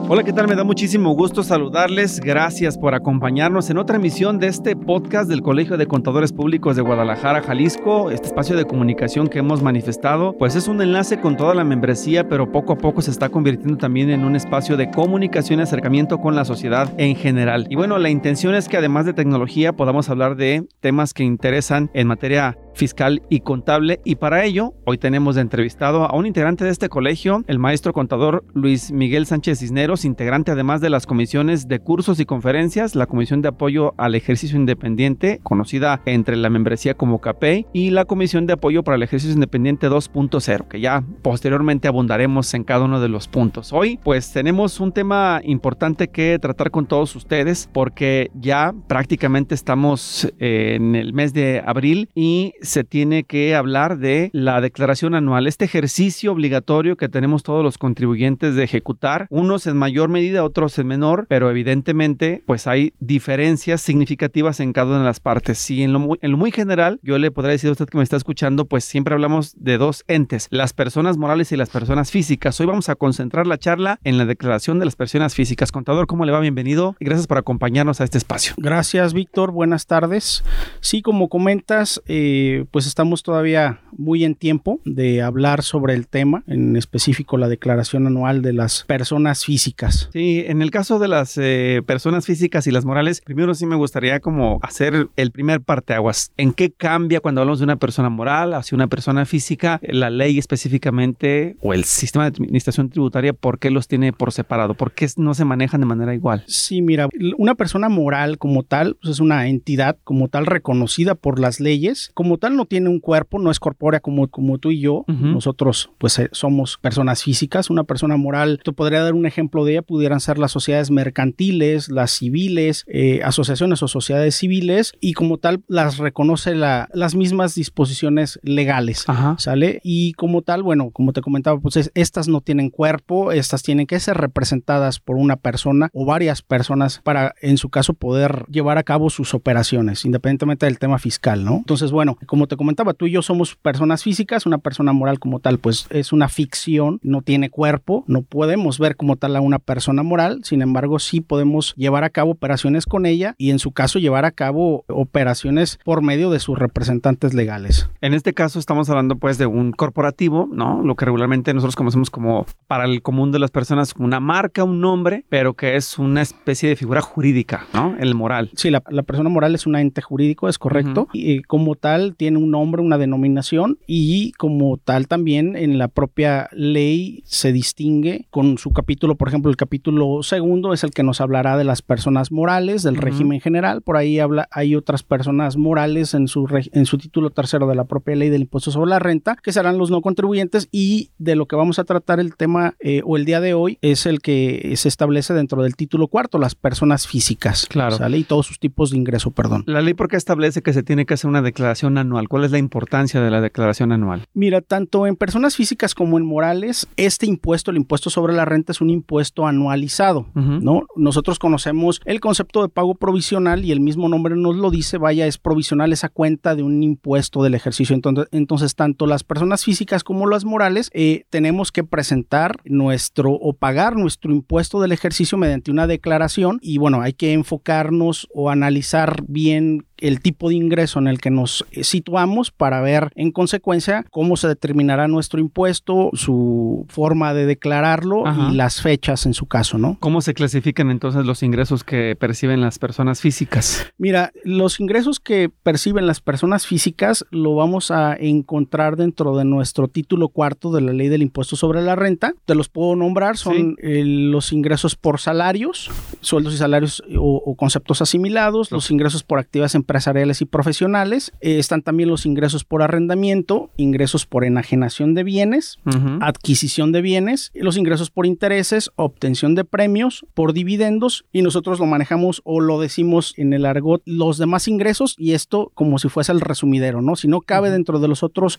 Hola, ¿qué tal? Me da muchísimo gusto saludarles. Gracias por acompañarnos en otra emisión de este podcast del Colegio de Contadores Públicos de Guadalajara, Jalisco. Este espacio de comunicación que hemos manifestado, pues es un enlace con toda la membresía, pero poco a poco se está convirtiendo también en un espacio de comunicación y acercamiento con la sociedad en general. Y bueno, la intención es que además de tecnología podamos hablar de temas que interesan en materia fiscal y contable, y para ello hoy tenemos de entrevistado a un integrante de este colegio, el maestro contador Luis Miguel Sánchez Cisneros, integrante además de las comisiones de cursos y conferencias, la Comisión de Apoyo al Ejercicio Independiente, conocida entre la membresía como CAPEI, y la Comisión de Apoyo para el Ejercicio Independiente 2.0, que ya posteriormente abundaremos en cada uno de los puntos. Hoy pues tenemos un tema importante que tratar con todos ustedes, porque ya prácticamente estamos en el mes de abril y se tiene que hablar de la declaración anual, este ejercicio obligatorio que tenemos todos los contribuyentes de ejecutar, unos en mayor medida, otros en menor, pero evidentemente pues hay diferencias significativas en cada una de las partes. Y en lo muy general, yo le podría decir a usted que me está escuchando, pues siempre hablamos de dos entes, las personas morales y las personas físicas. Hoy vamos a concentrar la charla en la declaración de las personas físicas. Contador, ¿cómo le va? Bienvenido y gracias por acompañarnos a este espacio. Gracias, Víctor. Buenas tardes. Sí, como comentas, pues estamos todavía muy en tiempo de hablar sobre el tema, en específico la declaración anual de las personas físicas. Sí, en el caso de las personas físicas y las morales, primero sí me gustaría como hacer el primer parteaguas. ¿En qué cambia cuando hablamos de una persona moral hacia una persona física? La ley específicamente o el sistema de administración tributaria, ¿por qué los tiene por separado? ¿Por qué no se manejan de manera igual? Sí, mira, una persona moral como tal, pues es una entidad como tal reconocida por las leyes, como tal no tiene un cuerpo, no es corpórea como tú y yo. Nosotros pues somos personas físicas. Una persona moral, te podría dar un ejemplo de ella, pudieran ser las sociedades mercantiles, las civiles, asociaciones o sociedades civiles, y como tal las reconoce las mismas disposiciones legales. ¿Sale? Y como tal, bueno, como te comentaba, pues estas no tienen cuerpo, estas tienen que ser representadas por una persona o varias personas para, en su caso, poder llevar a cabo sus operaciones, independientemente del tema fiscal, ¿no? Entonces, bueno, como te comentaba, tú y yo somos personas físicas. Una persona moral como tal pues es una ficción, no tiene cuerpo, no podemos ver como tal a una persona moral, sin embargo sí podemos llevar a cabo operaciones con ella y en su caso llevar a cabo operaciones por medio de sus representantes legales. En este caso estamos hablando pues de un corporativo, ¿no? Lo que regularmente nosotros conocemos como, para el común de las personas, una marca, un nombre, pero que es una especie de figura jurídica, ¿no? El moral. Sí, la persona moral es un ente jurídico, es correcto, y como tal tiene un nombre, una denominación, y como tal también en la propia ley se distingue con su capítulo. Por ejemplo, el capítulo segundo es el que nos hablará de las personas morales, del régimen general. Por ahí hay otras personas morales en su título tercero de la propia ley del impuesto sobre la renta, que serán los no contribuyentes, y de lo que vamos a tratar el tema o el día de hoy es el que se establece dentro del título cuarto, las personas físicas. Claro. ¿Sale? Y todos sus tipos de ingreso, perdón. ¿La ley por qué establece que se tiene que hacer una declaración anual? ¿Cuál es la importancia de la declaración anual? Mira, tanto en personas físicas como en morales, este impuesto, el impuesto sobre la renta, es un impuesto anualizado, ¿no? Nosotros conocemos el concepto de pago provisional y el mismo nombre nos lo dice, vaya, es provisional esa cuenta de un impuesto del ejercicio. Entonces tanto las personas físicas como las morales tenemos que presentar o pagar nuestro impuesto del ejercicio mediante una declaración, y bueno, hay que enfocarnos o analizar bien el tipo de ingreso en el que nos situamos para ver en consecuencia cómo se determinará nuestro impuesto, su forma de declararlo y las fechas en su caso, ¿no? ¿Cómo se clasifican entonces los ingresos que perciben las personas físicas? Mira, los ingresos que perciben las personas físicas lo vamos a encontrar dentro de nuestro título cuarto de la ley del impuesto sobre la renta. Te los puedo nombrar, son los ingresos por salarios, sueldos y salarios o conceptos asimilados, los ingresos por actividades empresariales y profesionales, están también los ingresos por arrendamiento, ingresos por enajenación de bienes, adquisición de bienes, los ingresos por intereses, obtención de premios, por dividendos, y nosotros lo manejamos o lo decimos en el argot los demás ingresos, y esto como si fuese el resumidero, ¿no? Si no cabe dentro de los otros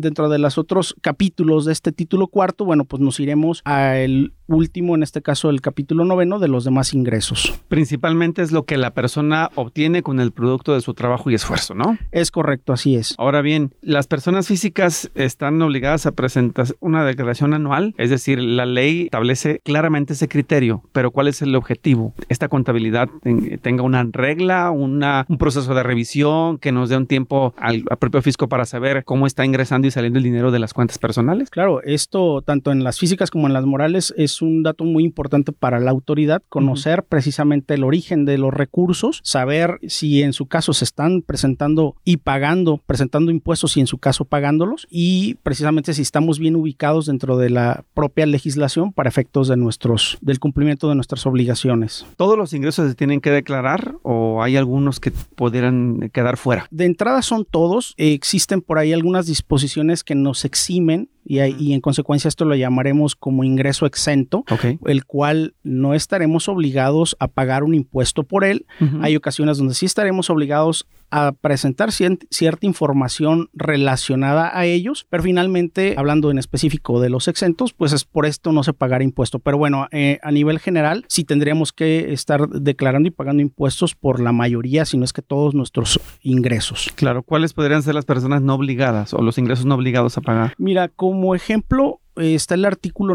capítulos de este título cuarto, bueno, pues nos iremos al último, en este caso el capítulo noveno, de los demás ingresos. Principalmente es lo que la persona obtiene con el producto de su trabajo y esfuerzo, ¿no? Es correcto, así es. Ahora bien, las personas físicas están obligadas a presentar una declaración anual, es decir, la ley establece claramente ese criterio, pero ¿cuál es el objetivo? Esta contabilidad tenga una regla, un proceso de revisión que nos dé un tiempo al propio fisco para saber cómo está ingresando y saliendo el dinero de las cuentas personales. Claro, esto tanto en las físicas como en las morales es un dato muy importante para la autoridad, conocer precisamente el origen de los recursos, saber si en su caso se están presentando y presentando impuestos y en su caso pagándolos, y precisamente si estamos bien ubicados dentro de la propia legislación para efectos del cumplimiento de nuestras obligaciones. ¿Todos los ingresos se tienen que declarar o hay algunos que pudieran quedar fuera? De entrada son todos. Existen por ahí algunas disposiciones que nos eximen y en consecuencia esto lo llamaremos como ingreso exento, el cual no estaremos obligados a pagar un impuesto por él. Hay ocasiones donde sí estaremos obligados a presentar cierta información relacionada a ellos, pero finalmente, hablando en específico de los exentos, pues es por esto no se pagará impuesto. Pero bueno, a nivel general, sí tendríamos que estar declarando y pagando impuestos por la mayoría, si no es que todos nuestros ingresos. Claro, ¿cuáles podrían ser las personas no obligadas o los ingresos no obligados a pagar? Mira, como ejemplo, está el artículo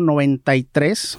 93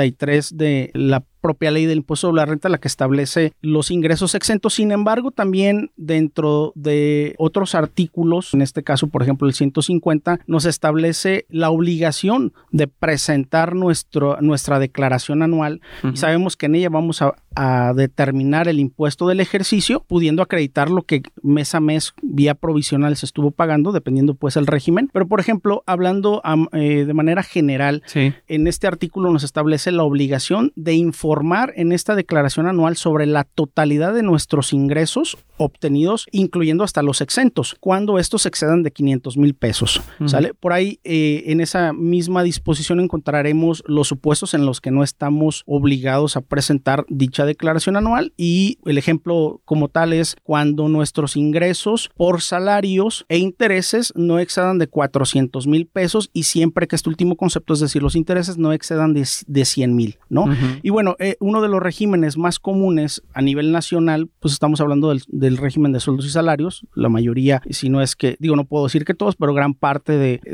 de la propia ley del impuesto sobre la renta, la que establece los ingresos exentos. Sin embargo, también dentro de otros artículos, en este caso, por ejemplo, el 150, nos establece la obligación de presentar nuestra declaración anual. Y sabemos que en ella vamos a determinar el impuesto del ejercicio, pudiendo acreditar lo que mes a mes vía provisional se estuvo pagando, dependiendo pues el régimen. Pero, por ejemplo, hablando de manera general, en este artículo nos establece la obligación de informar en esta declaración anual sobre la totalidad de nuestros ingresos obtenidos, incluyendo hasta los exentos, cuando estos excedan de 500,000 pesos. ¿Sale? Por ahí, en esa misma disposición encontraremos los supuestos en los que no estamos obligados a presentar dicha declaración anual, y el ejemplo como tal es cuando nuestros ingresos por salarios e intereses no excedan de 400,000 pesos, y siempre que este último concepto, es decir, los intereses no excedan de 100,000, ¿no? Y bueno, uno de los regímenes más comunes a nivel nacional, pues estamos hablando del régimen de sueldos y salarios. La mayoría, si no es que, no puedo decir que todos, pero gran parte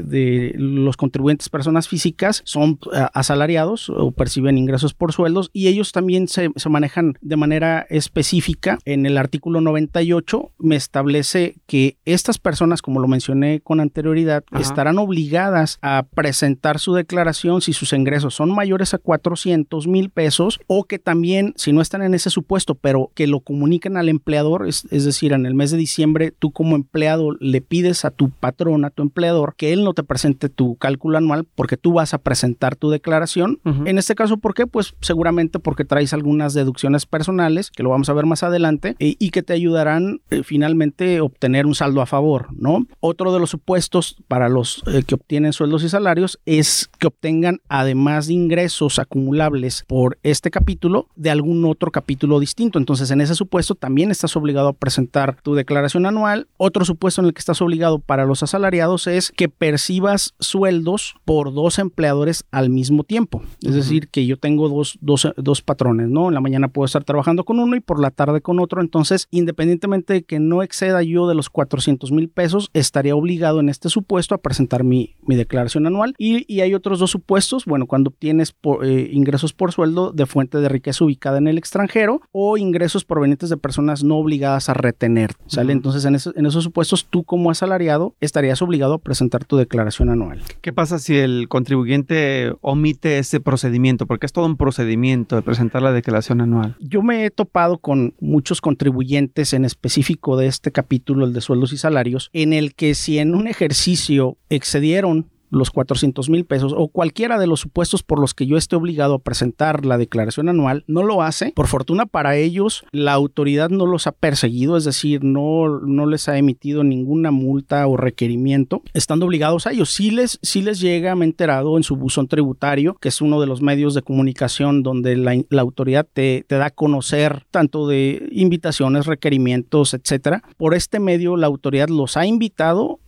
de los contribuyentes personas físicas son asalariados o perciben ingresos por sueldos, y ellos también se manejan de manera específica. En el artículo 98 me establece que estas personas, como lo mencioné con anterioridad, estarán obligadas a presentar su declaración si sus ingresos son mayores a 400,000 pesos, o que también, si no están en ese supuesto, pero que lo comuniquen al empleador, es decir, en el mes de diciembre, tú como empleado le pides a tu patrón, a tu empleador, que él no te presente tu cálculo anual porque tú vas a presentar tu declaración. En este caso, ¿por qué? Pues seguramente porque traes algunas deducciones personales, que lo vamos a ver más adelante, y que te ayudarán finalmente a obtener un saldo a favor, ¿no? Otro de los supuestos para los que obtienen sueldos y salarios es que obtengan, además de ingresos acumulables por este capítulo, de algún otro capítulo distinto. Entonces, en ese supuesto también estás obligado a presentar tu declaración anual. Otro supuesto en el que estás obligado para los asalariados es que percibas sueldos por 2 empleadores al mismo tiempo. Es decir, que yo tengo dos patrones, ¿no? En la mañana puedo estar trabajando con uno y por la tarde con otro. Entonces, independientemente de que no exceda yo de los 400,000 pesos, estaría obligado en este supuesto a presentar mi declaración anual. Y hay otros 2 supuestos, bueno, cuando obtienes ingresos por sueldo de fuente de riqueza ubicada en el extranjero, o ingresos provenientes de personas no obligadas a retener, ¿sale? Entonces, en esos supuestos, tú como asalariado estarías obligado a presentar tu declaración anual. ¿Qué pasa si el contribuyente omite ese procedimiento? Porque es todo un procedimiento de presentar la declaración anual. Yo me he topado con muchos contribuyentes, en específico de este capítulo, el de sueldos y salarios, en el que si en un ejercicio excedieron los 400,000 pesos o cualquiera de los supuestos por los que yo esté obligado a presentar la declaración anual, no lo hace. Por fortuna para ellos, la autoridad no los ha perseguido, es decir, no les ha emitido ninguna multa o requerimiento, estando obligados a ellos. Sí les llega, me he enterado, en su buzón tributario, que es uno de los medios de comunicación donde la autoridad te da a conocer tanto de invitaciones, requerimientos, etcétera. Por este medio, la autoridad los ha invitado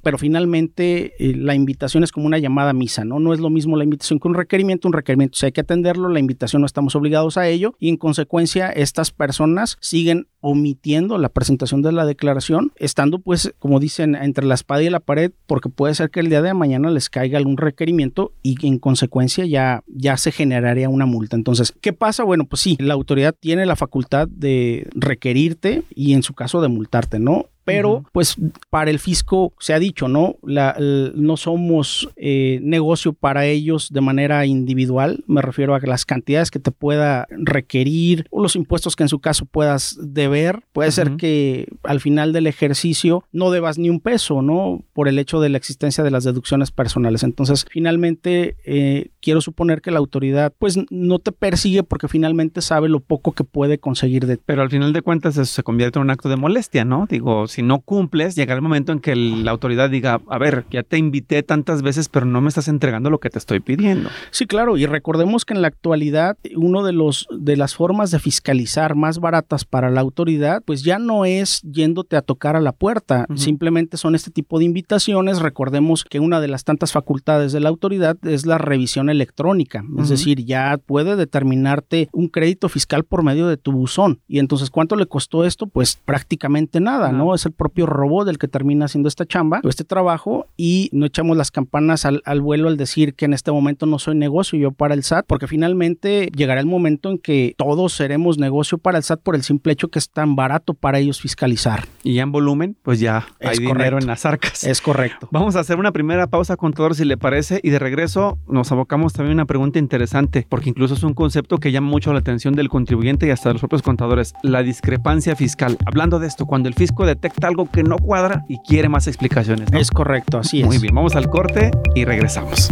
pero finalmente la invitación es como una llamada a misa, ¿no? No es lo mismo la invitación que un requerimiento sí hay que atenderlo, la invitación no estamos obligados a ello y en consecuencia estas personas siguen omitiendo la presentación de la declaración, estando pues, como dicen, entre la espada y la pared, porque puede ser que el día de mañana les caiga algún requerimiento y en consecuencia ya se generaría una multa. Entonces, ¿qué pasa? Bueno, pues sí, la autoridad tiene la facultad de requerirte y en su caso de multarte, ¿no? Pero, pues, para el fisco se ha dicho, ¿no? No somos negocio para ellos de manera individual. Me refiero a las cantidades que te pueda requerir o los impuestos que en su caso puedas deber. Puede ser que al final del ejercicio no debas ni un peso, ¿no? Por el hecho de la existencia de las deducciones personales. Entonces, finalmente, quiero suponer que la autoridad, pues, no te persigue porque finalmente sabe lo poco que puede conseguir de ti. Pero al final de cuentas eso se convierte en un acto de molestia, ¿no? Digo, si no cumples, llegará el momento en que la autoridad diga, a ver, ya te invité tantas veces, pero no me estás entregando lo que te estoy pidiendo. Sí, claro, y recordemos que en la actualidad uno de las formas de fiscalizar más baratas para la autoridad, pues ya no es yéndote a tocar a la puerta, simplemente son este tipo de invitaciones. Recordemos que una de las tantas facultades de la autoridad es la revisión electrónica, es decir, ya puede determinarte un crédito fiscal por medio de tu buzón. Y entonces, ¿cuánto le costó esto? Pues prácticamente nada, ¿no? Es el propio robot el que termina haciendo esta chamba o este trabajo y no echamos las campanas al vuelo al decir que en este momento no soy negocio yo para el SAT, porque finalmente llegará el momento en que todos seremos negocio para el SAT por el simple hecho que es tan barato para ellos fiscalizar. Y ya en volumen, pues ya hay dinero en las arcas. Es correcto. Vamos a hacer una primera pausa, contador, si le parece, y de regreso nos abocamos también a una pregunta interesante, porque incluso es un concepto que llama mucho la atención del contribuyente y hasta de los propios contadores, la discrepancia fiscal. Hablando de esto, cuando el fisco detecta algo que no cuadra y quiere más explicaciones, ¿no? Es correcto, así es. Muy bien, vamos al corte y regresamos.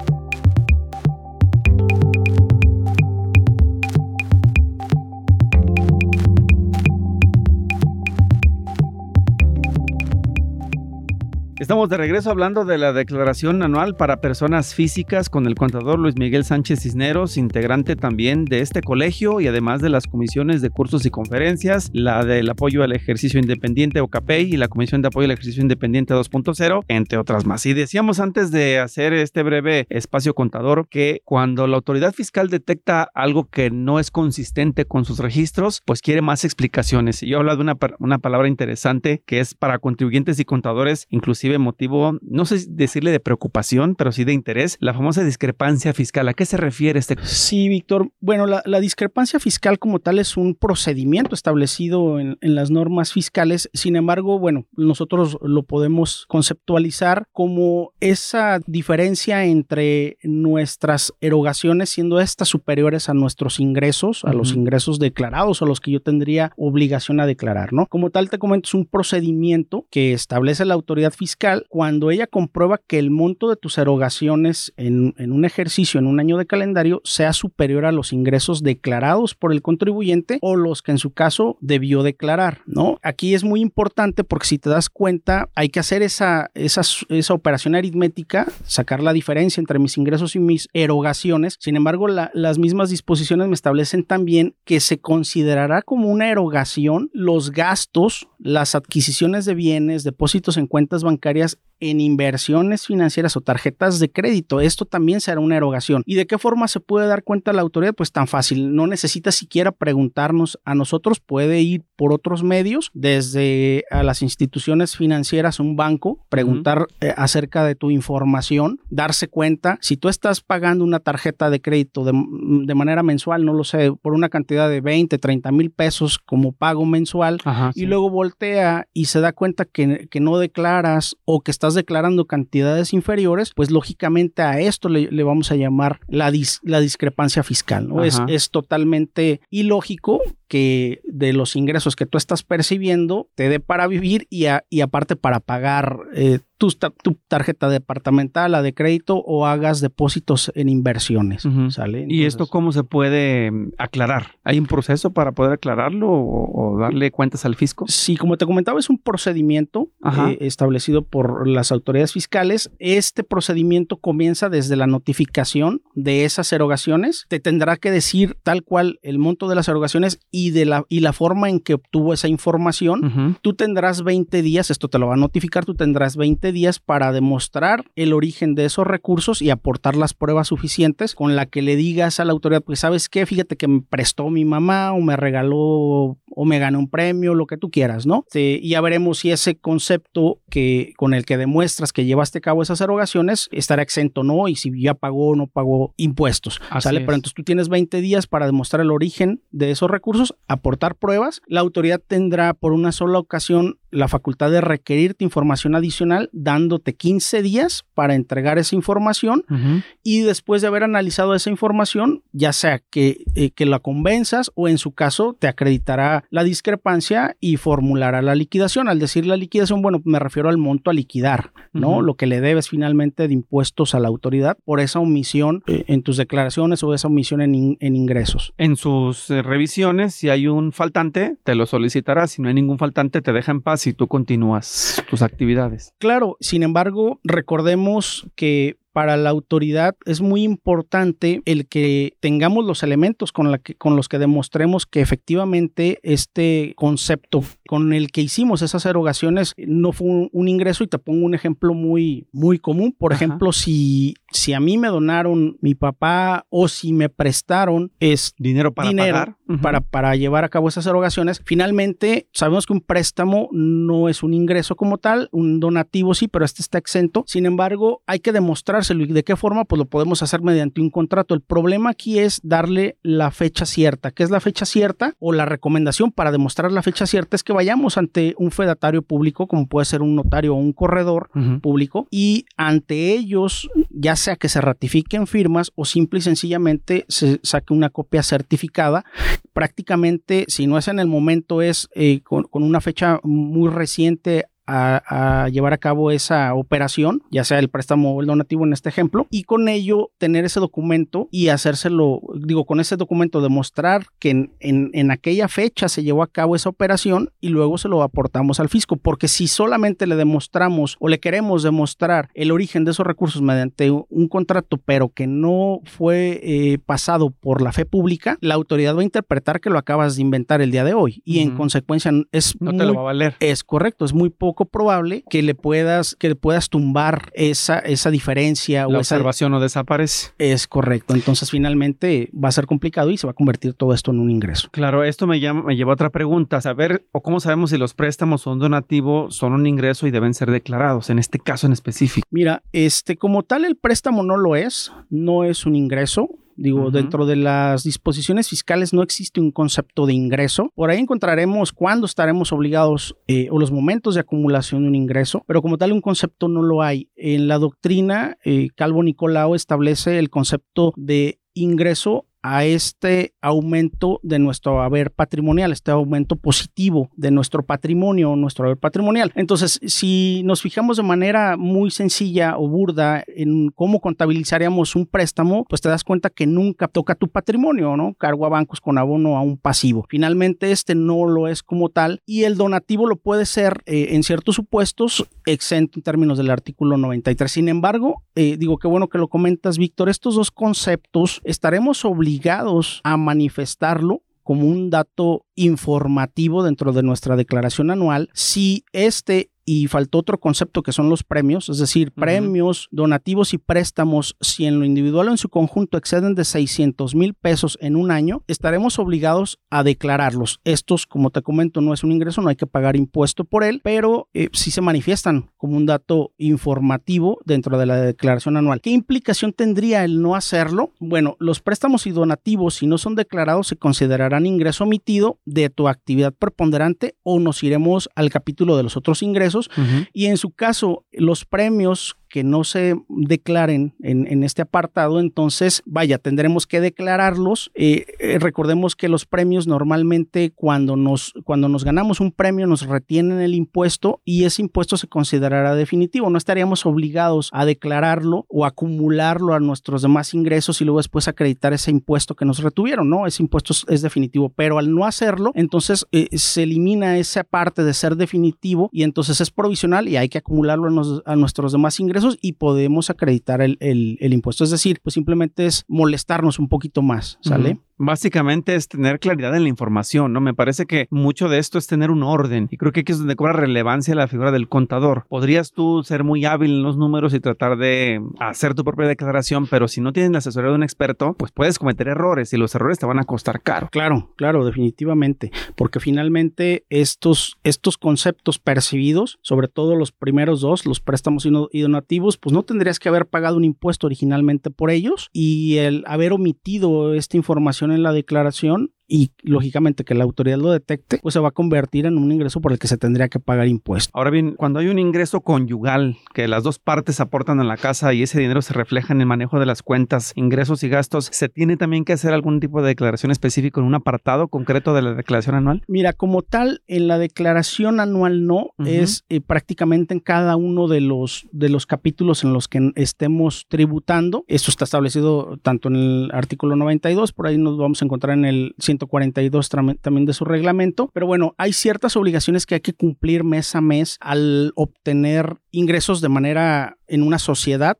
Estamos de regreso hablando de la declaración anual para personas físicas con el contador Luis Miguel Sánchez Cisneros, integrante también de este colegio y además de las comisiones de cursos y conferencias, la del apoyo al ejercicio independiente o CAPEI y la comisión de apoyo al ejercicio independiente 2.0, entre otras más. Y decíamos antes de hacer este breve espacio contador que cuando la autoridad fiscal detecta algo que no es consistente con sus registros, pues quiere más explicaciones. Y yo hablo de una palabra interesante que es para contribuyentes y contadores, inclusive motivo, no sé decirle de preocupación, pero sí de interés, la famosa discrepancia fiscal. ¿A qué se refiere este? Sí, Víctor. Bueno, la discrepancia fiscal como tal es un procedimiento establecido en las normas fiscales. Sin embargo, bueno, nosotros lo podemos conceptualizar como esa diferencia entre nuestras erogaciones, siendo estas superiores a nuestros ingresos, a los ingresos declarados o a los que yo tendría obligación a declarar, ¿no? Como tal, te comento, es un procedimiento que establece la autoridad fiscal cuando ella comprueba que el monto de tus erogaciones en un ejercicio, en un año de calendario, sea superior a los ingresos declarados por el contribuyente o los que en su caso debió declarar, ¿no? Aquí es muy importante porque si te das cuenta, hay que hacer esa operación aritmética, sacar la diferencia entre mis ingresos y mis erogaciones. Sin embargo, las mismas disposiciones me establecen también que se considerará como una erogación los gastos, las adquisiciones de bienes, depósitos en cuentas bancarias en inversiones financieras o tarjetas de crédito. Esto también será una erogación. ¿Y de qué forma se puede dar cuenta la autoridad? Pues tan fácil. No necesita siquiera preguntarnos a nosotros. Puede ir por otros medios, desde a las instituciones financieras, un banco, preguntar acerca de tu información, darse cuenta. Si tú estás pagando una tarjeta de crédito de manera mensual, no lo sé, por una cantidad de 20, 30 mil pesos como pago mensual, y luego voltea y se da cuenta que no declaras o que estás declarando cantidades inferiores, pues lógicamente a esto le vamos a llamar la discrepancia fiscal, ¿no? Es totalmente ilógico que de los ingresos que tú estás percibiendo te dé para vivir y aparte para pagar tu tarjeta departamental, la de crédito, o hagas depósitos en inversiones, ¿sale? Entonces, ¿y esto cómo se puede aclarar? ¿Hay un proceso para poder aclararlo o darle cuentas al fisco? Sí, como te comentaba, es un procedimiento establecido por las autoridades fiscales. Este procedimiento comienza desde la notificación de esas erogaciones. Te tendrá que decir tal cual el monto de las erogaciones y la forma en que obtuvo esa información, tú tendrás 20 días, esto te lo va a notificar, tú tendrás 20 días para demostrar el origen de esos recursos y aportar las pruebas suficientes con la que le digas a la autoridad, pues ¿sabes qué? Fíjate que me prestó mi mamá o me regaló o me gané un premio, lo que tú quieras, ¿no? Y ya veremos si ese concepto con el que demuestras que llevaste a cabo esas erogaciones estará exento o no, y si ya pagó o no pagó impuestos, ¿sale? Pero entonces tú tienes 20 días para demostrar el origen de esos recursos, aportar pruebas. La autoridad tendrá por una sola ocasión la facultad de requerirte información adicional, dándote 15 días para entregar esa información, y después de haber analizado esa información, ya sea que la convenzas o en su caso te acreditará la discrepancia y formulará la liquidación. Al decir la liquidación, bueno, me refiero al monto a liquidar, ¿no? Lo que le debes finalmente de impuestos a la autoridad por esa omisión en tus declaraciones o esa omisión en ingresos. En sus revisiones, si hay un faltante, te lo solicitará. Si no hay ningún faltante, te deja en paz y tú continúas tus actividades. Claro, sin embargo, recordemos que para la autoridad es muy importante el que tengamos los elementos con los que demostremos que efectivamente este concepto con el que hicimos esas erogaciones no fue un ingreso. Y te pongo un ejemplo muy, muy común. Por ejemplo, si a mí me donaron mi papá o si me prestaron dinero para pagar, para llevar a cabo esas erogaciones, finalmente sabemos que un préstamo no es un ingreso como tal, un donativo sí, pero este está exento. Sin embargo, hay que demostrar. ¿Y de qué forma? Pues lo podemos hacer mediante un contrato. El problema aquí es darle la fecha cierta. ¿Qué es la fecha cierta? O la recomendación para demostrar la fecha cierta es que vayamos ante un fedatario público, como puede ser un notario o un corredor público, y ante ellos, ya sea que se ratifiquen firmas o simple y sencillamente se saque una copia certificada. Prácticamente, si no es en el momento, es con una fecha muy reciente a llevar a cabo esa operación, ya sea el préstamo o el donativo en este ejemplo, y con ello tener ese documento y hacérselo, con ese documento demostrar que en aquella fecha se llevó a cabo esa operación y luego se lo aportamos al fisco, porque si solamente le demostramos o le queremos demostrar el origen de esos recursos mediante un contrato, pero que no fue pasado por la fe pública, la autoridad va a interpretar que lo acabas de inventar el día de hoy y en consecuencia no te lo va a valer. Es correcto, es muy poco probable que le puedas tumbar esa diferencia. La observación no desaparece. Es correcto. Entonces, finalmente va a ser complicado y se va a convertir todo esto en un ingreso. Claro, esto me lleva a otra pregunta. ¿Cómo sabemos si los préstamos o un donativo son un ingreso y deben ser declarados, en este caso en específico? Mira, como tal, el préstamo no es un ingreso. Dentro de las disposiciones fiscales no existe un concepto de ingreso. Por ahí encontraremos cuándo estaremos obligados o los momentos de acumulación de un ingreso, pero como tal un concepto no lo hay. En la doctrina, Calvo Nicolau establece el concepto de ingreso a este aumento de nuestro haber patrimonial, este aumento positivo de nuestro patrimonio o nuestro haber patrimonial. Entonces, si nos fijamos de manera muy sencilla o burda en cómo contabilizaríamos un préstamo, pues te das cuenta que nunca toca tu patrimonio, ¿no? Cargo a bancos con abono a un pasivo. Finalmente, no lo es como tal, y el donativo lo puede ser en ciertos supuestos exento en términos del artículo 93. Sin embargo, qué bueno que lo comentas, Víctor, estos dos conceptos estaremos obligados a manifestarlo como un dato informativo dentro de nuestra declaración anual si y faltó otro concepto que son los premios, es decir, premios, donativos y préstamos, si en lo individual o en su conjunto exceden de 600,000 pesos en un año, estaremos obligados a declararlos. Estos, como te comento, no es un ingreso, no hay que pagar impuesto por él, pero sí se manifiestan como un dato informativo dentro de la declaración anual. ¿Qué implicación tendría el no hacerlo? Bueno, los préstamos y donativos, si no son declarados, se considerarán ingreso omitido de tu actividad preponderante, o nos iremos al capítulo de los otros ingresos. Y en su caso, los premios que no se declaren en este apartado, entonces, tendremos que declararlos. Recordemos que los premios normalmente cuando nos ganamos un premio nos retienen el impuesto y ese impuesto se considerará definitivo. No estaríamos obligados a declararlo o acumularlo a nuestros demás ingresos y luego después acreditar ese impuesto que nos retuvieron, ¿no? Ese impuesto es definitivo, pero al no hacerlo, entonces se elimina esa parte de ser definitivo y entonces es provisional y hay que acumularlo a nuestros demás ingresos y podemos acreditar el impuesto. Es decir, pues simplemente es molestarnos un poquito más, ¿sale? Básicamente es tener claridad en la información, ¿no? Me parece que mucho de esto es tener un orden y creo que aquí es donde cobra relevancia la figura del contador. Podrías tú ser muy hábil en los números y tratar de hacer tu propia declaración, pero si no tienes la asesoría de un experto, pues puedes cometer errores y los errores te van a costar caro. Claro, definitivamente, porque finalmente estos conceptos percibidos, sobre todo los primeros dos, los préstamos y donativos, pues no tendrías que haber pagado un impuesto originalmente por ellos, y el haber omitido esta información en la declaración y lógicamente que la autoridad lo detecte, pues se va a convertir en un ingreso por el que se tendría que pagar impuestos. Ahora bien, cuando hay un ingreso conyugal, que las dos partes aportan a la casa y ese dinero se refleja en el manejo de las cuentas, ingresos y gastos, ¿se tiene también que hacer algún tipo de declaración específico en un apartado concreto de la declaración anual? Mira, como tal, en la declaración anual no, es prácticamente en cada uno de los capítulos en los que estemos tributando. Esto está establecido tanto en el artículo 92, por ahí nos vamos a encontrar en el 142 también de su reglamento, pero bueno, hay ciertas obligaciones que hay que cumplir mes a mes al obtener ingresos de manera en una sociedad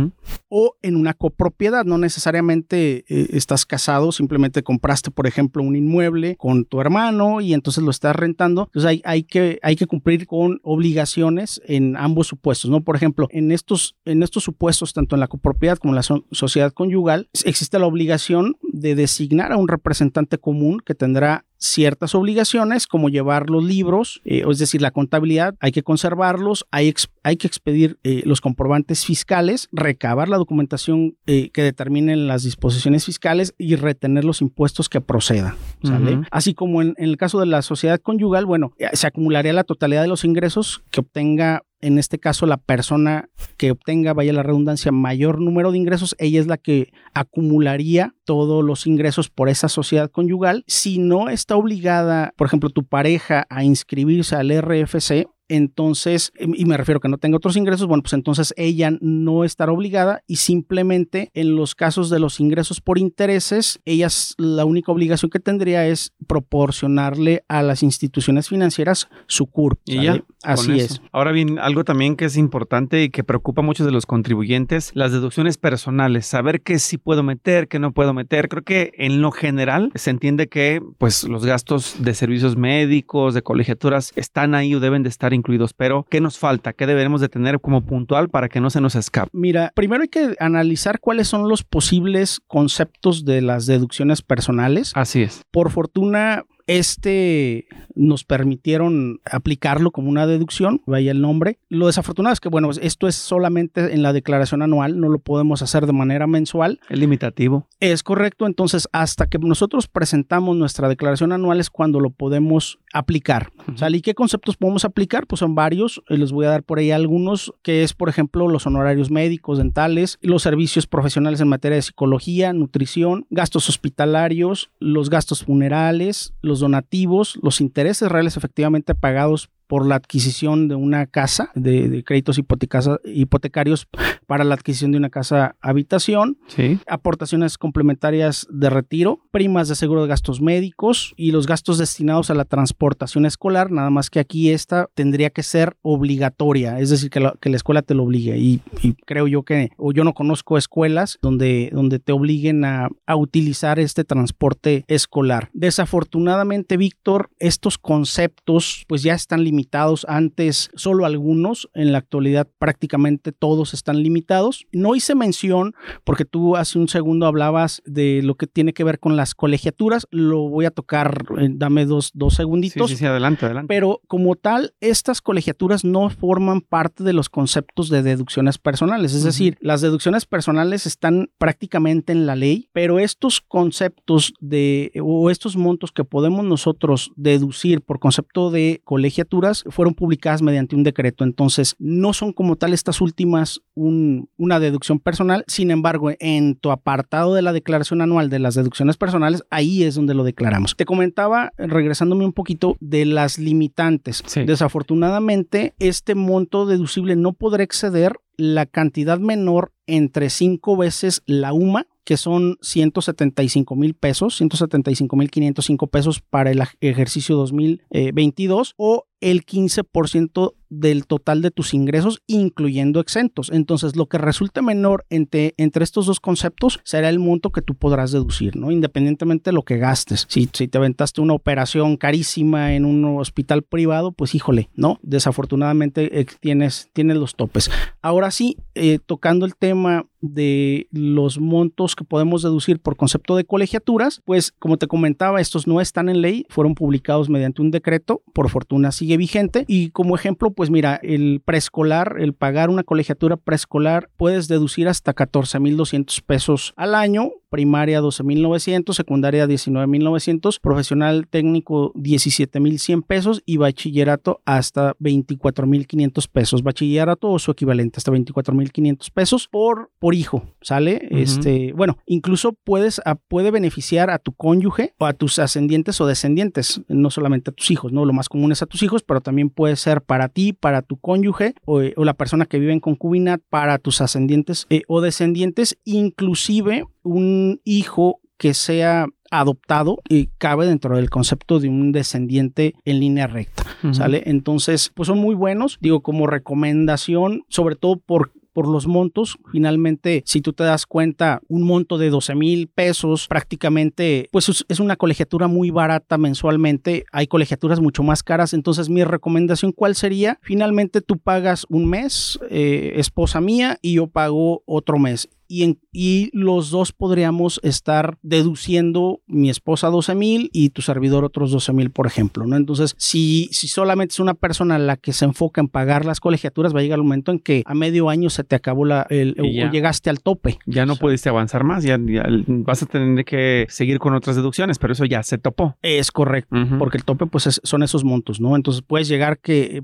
o en una copropiedad. No necesariamente estás casado, simplemente compraste, por ejemplo, un inmueble con tu hermano y entonces lo estás rentando. Entonces hay que cumplir con obligaciones en ambos supuestos, ¿no? Por ejemplo, en estos supuestos, tanto en la copropiedad como en la sociedad conyugal, existe la obligación de designar a un representante común que tendrá ciertas obligaciones, como llevar los libros, es decir, la contabilidad, hay que conservarlos, hay que expedir los comprobantes fiscales, recabar la documentación que determinen las disposiciones fiscales y retener los impuestos que procedan, ¿sale? Así como en el caso de la sociedad conyugal, bueno, se acumularía la totalidad de los ingresos que obtenga. En este caso, la persona que obtenga, vaya la redundancia, mayor número de ingresos, ella es la que acumularía todos los ingresos por esa sociedad conyugal. Si no está obligada, por ejemplo, tu pareja a inscribirse al RFC, entonces, y me refiero a que no tenga otros ingresos, bueno, pues entonces ella no estará obligada y simplemente en los casos de los ingresos por intereses, la única obligación que tendría es proporcionarle a las instituciones financieras su CURP. Y ya, así es. Ahora bien, algo también que es importante y que preocupa a muchos de los contribuyentes, las deducciones personales, saber qué sí puedo meter, qué no puedo meter. Creo que en lo general se entiende que pues los gastos de servicios médicos, de colegiaturas, están ahí o deben de estar incluidos, pero ¿qué nos falta? ¿Qué deberemos de tener como puntual para que no se nos escape? Mira, primero hay que analizar cuáles son los posibles conceptos de las deducciones personales. Así es. Por fortuna, nos permitieron aplicarlo como una deducción, vaya el nombre. Lo desafortunado es que, bueno, esto es solamente en la declaración anual, no lo podemos hacer de manera mensual. Es limitativo. Es correcto, entonces hasta que nosotros presentamos nuestra declaración anual es cuando lo podemos aplicar. ¿Sale? ¿Y qué conceptos podemos aplicar? Pues son varios, les voy a dar por ahí algunos, que es, por ejemplo, los honorarios médicos, dentales, los servicios profesionales en materia de psicología, nutrición, gastos hospitalarios, los gastos funerales, los donativos, los intereses reales efectivamente pagados por la adquisición de una casa, de créditos hipotecarios para la adquisición de una casa habitación, sí. Aportaciones complementarias de retiro, primas de seguro de gastos médicos y los gastos destinados a la transportación escolar, nada más que aquí esta tendría que ser obligatoria, es decir, que la escuela te lo obligue y creo yo o yo no conozco escuelas donde te obliguen a utilizar este transporte escolar. Desafortunadamente, Víctor, estos conceptos pues ya están limitados. Antes solo algunos, en la actualidad prácticamente todos están limitados. No hice mención porque tú hace un segundo hablabas de lo que tiene que ver con las colegiaturas, lo voy a tocar, dame dos segunditos. Sí, adelante. Pero como tal, estas colegiaturas no forman parte de los conceptos de deducciones personales, es decir, las deducciones personales están prácticamente en la ley, pero estos conceptos o estos montos que podemos nosotros deducir por concepto de colegiaturas fueron publicadas mediante un decreto, entonces no son como tal estas últimas una deducción personal. Sin embargo, en tu apartado de la declaración anual de las deducciones personales, ahí es donde lo declaramos. Te comentaba, regresándome un poquito, de las limitantes. Sí. Desafortunadamente, este monto deducible no podrá exceder la cantidad menor entre 5 veces la UMA, que son 175,000 pesos, 175,505 pesos para el ejercicio 2022, o el 15% del total de tus ingresos, incluyendo exentos. Entonces, lo que resulte menor entre estos dos conceptos será el monto que tú podrás deducir, ¿no? Independientemente de lo que gastes. Si te aventaste una operación carísima en un hospital privado, pues híjole, ¿no? Desafortunadamente tienes los topes. Ahora sí, tocando el tema de los montos que podemos deducir por concepto de colegiaturas, pues como te comentaba, estos no están en ley, fueron publicados mediante un decreto, por fortuna sigue vigente, y como ejemplo, pues mira, el preescolar, el pagar una colegiatura preescolar, puedes deducir hasta 14,200 pesos al año, primaria 12,900, secundaria 19,900, profesional técnico 17,100 pesos y bachillerato hasta 24,500 pesos, bachillerato o su equivalente hasta 24,500 pesos por hijo, ¿sale? Bueno, incluso puede beneficiar a tu cónyuge o a tus ascendientes o descendientes, no solamente a tus hijos, ¿no? Lo más común es a tus hijos, pero también puede ser para ti, para tu cónyuge o la persona que vive en concubinato, para tus ascendientes o descendientes, inclusive un hijo que sea adoptado y cabe dentro del concepto de un descendiente en línea recta, ¿sale? Entonces, pues son muy buenos, digo, como recomendación, sobre todo por los montos. Finalmente, si tú te das cuenta, un monto de 12,000 pesos prácticamente, pues es una colegiatura muy barata mensualmente. Hay colegiaturas mucho más caras. Entonces, mi recomendación, ¿cuál sería? Finalmente, tú pagas un mes, esposa mía, y yo pago otro mes. Y los dos podríamos estar deduciendo, mi esposa 12,000 y tu servidor otros 12,000, por ejemplo, ¿no? Entonces, si solamente es una persona la que se enfoca en pagar las colegiaturas, va a llegar el momento en que a medio año se te acabó o llegaste al tope. Ya no pudiste avanzar más, ya vas a tener que seguir con otras deducciones, pero eso ya se topó. Es correcto, porque el tope pues son esos montos, ¿no? Entonces puede llegar que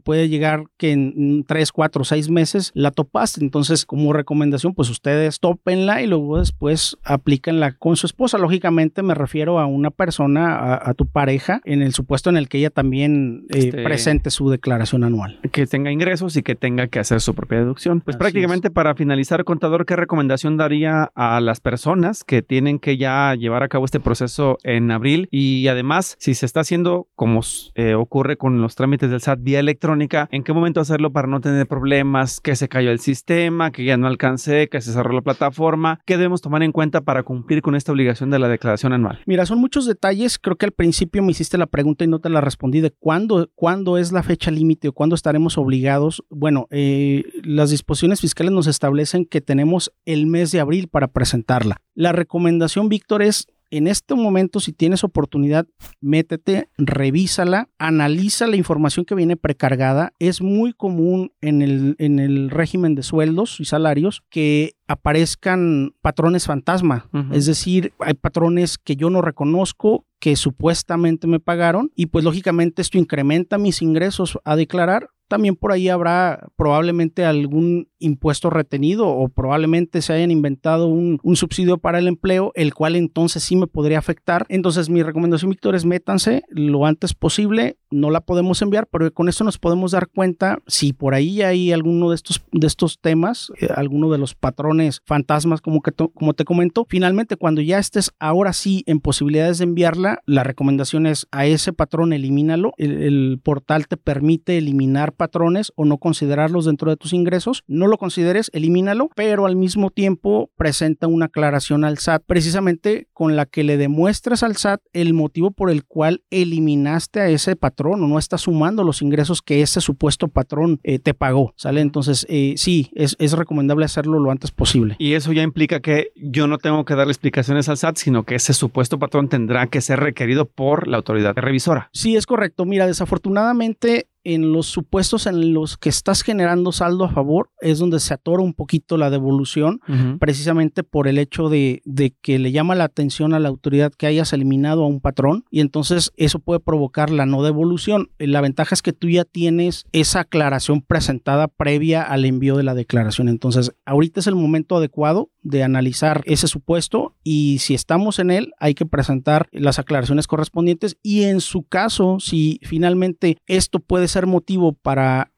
en 3, 4, 6 meses la topaste. Entonces, como recomendación, pues ustedes tópenla y luego después aplíquenla con su esposa. Lógicamente me refiero a una persona, a tu pareja, en el supuesto en el que ella también presente su declaración anual. Que tenga ingresos y que tenga que hacer su propia deducción. Pues prácticamente para finalizar, contador, ¿qué recomendación daría a las personas que tienen que ya llevar a cabo este proceso en abril? Y además, si se está haciendo como ocurre con los trámites del SAT vía electrónica, ¿en qué momento hacerlo para no tener problemas? Que se cayó el sistema, que ya no alcancé, que se cerró la plataforma. ¿Qué debemos tomar en cuenta para cumplir con esta obligación de la declaración anual? Mira, son muchos detalles. Creo que al principio me hiciste la pregunta y no te la respondí de cuándo es la fecha límite o cuándo estaremos obligados. Bueno, las disposiciones fiscales nos establecen que tenemos el mes de abril para presentarla. La recomendación, Víctor, es: en este momento, si tienes oportunidad, métete, revísala, analiza la información que viene precargada. Es muy común en el régimen de sueldos y salarios que aparezcan patrones fantasma. Es decir, hay patrones que yo no reconozco, que supuestamente me pagaron, y pues lógicamente esto incrementa mis ingresos a declarar. También por ahí habrá probablemente algún impuesto retenido o probablemente se hayan inventado un subsidio para el empleo, el cual entonces sí me podría afectar. Entonces mi recomendación, Víctor, es métanse lo antes posible. No la podemos enviar, pero con esto nos podemos dar cuenta si por ahí hay alguno de estos temas, alguno de los patrones fantasmas como te comento. Finalmente, cuando ya estés ahora sí en posibilidades de enviarla, la recomendación es: a ese patrón elimínalo. El portal te permite eliminar patrones o no considerarlos dentro de tus ingresos. No lo consideres, elimínalo, pero al mismo tiempo presenta una aclaración al SAT, precisamente con la que le demuestras al SAT el motivo por el cual eliminaste a ese patrón o no estás sumando los ingresos que ese supuesto patrón te pagó, ¿sale? Entonces, sí, es recomendable hacerlo lo antes posible. Y eso ya implica que yo no tengo que darle explicaciones al SAT, sino que ese supuesto patrón tendrá que ser requerido por la autoridad revisora. Sí, es correcto. Mira, desafortunadamente, en los supuestos en los que estás generando saldo a favor es donde se atora un poquito la devolución, precisamente por el hecho de que le llama la atención a la autoridad que hayas eliminado a un patrón, y entonces eso puede provocar la no devolución. La ventaja es que tú ya tienes esa aclaración presentada previa al envío de la declaración. Entonces, ahorita es el momento adecuado de analizar ese supuesto, y si estamos en él, hay que presentar las aclaraciones correspondientes, y en su caso, si finalmente esto puede ser motivo para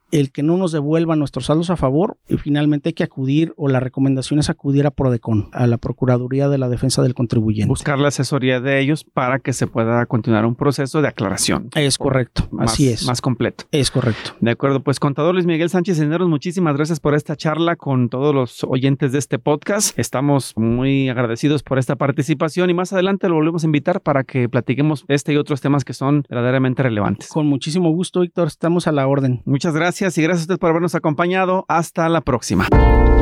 el que no nos devuelvan nuestros saldos a favor, y finalmente hay que acudir, o la recomendación es acudir a PRODECON, a la Procuraduría de la Defensa del Contribuyente. Buscar la asesoría de ellos para que se pueda continuar un proceso de aclaración. Es correcto, así es. Más completo. Es correcto. De acuerdo, pues contador Luis Miguel Sánchez Cisneros, muchísimas gracias por esta charla con todos los oyentes de este podcast. Estamos muy agradecidos por esta participación y más adelante lo volvemos a invitar para que platiquemos este y otros temas que son verdaderamente relevantes. Con muchísimo gusto, Víctor, estamos a la orden. Muchas gracias y gracias a usted por habernos acompañado. Hasta la próxima.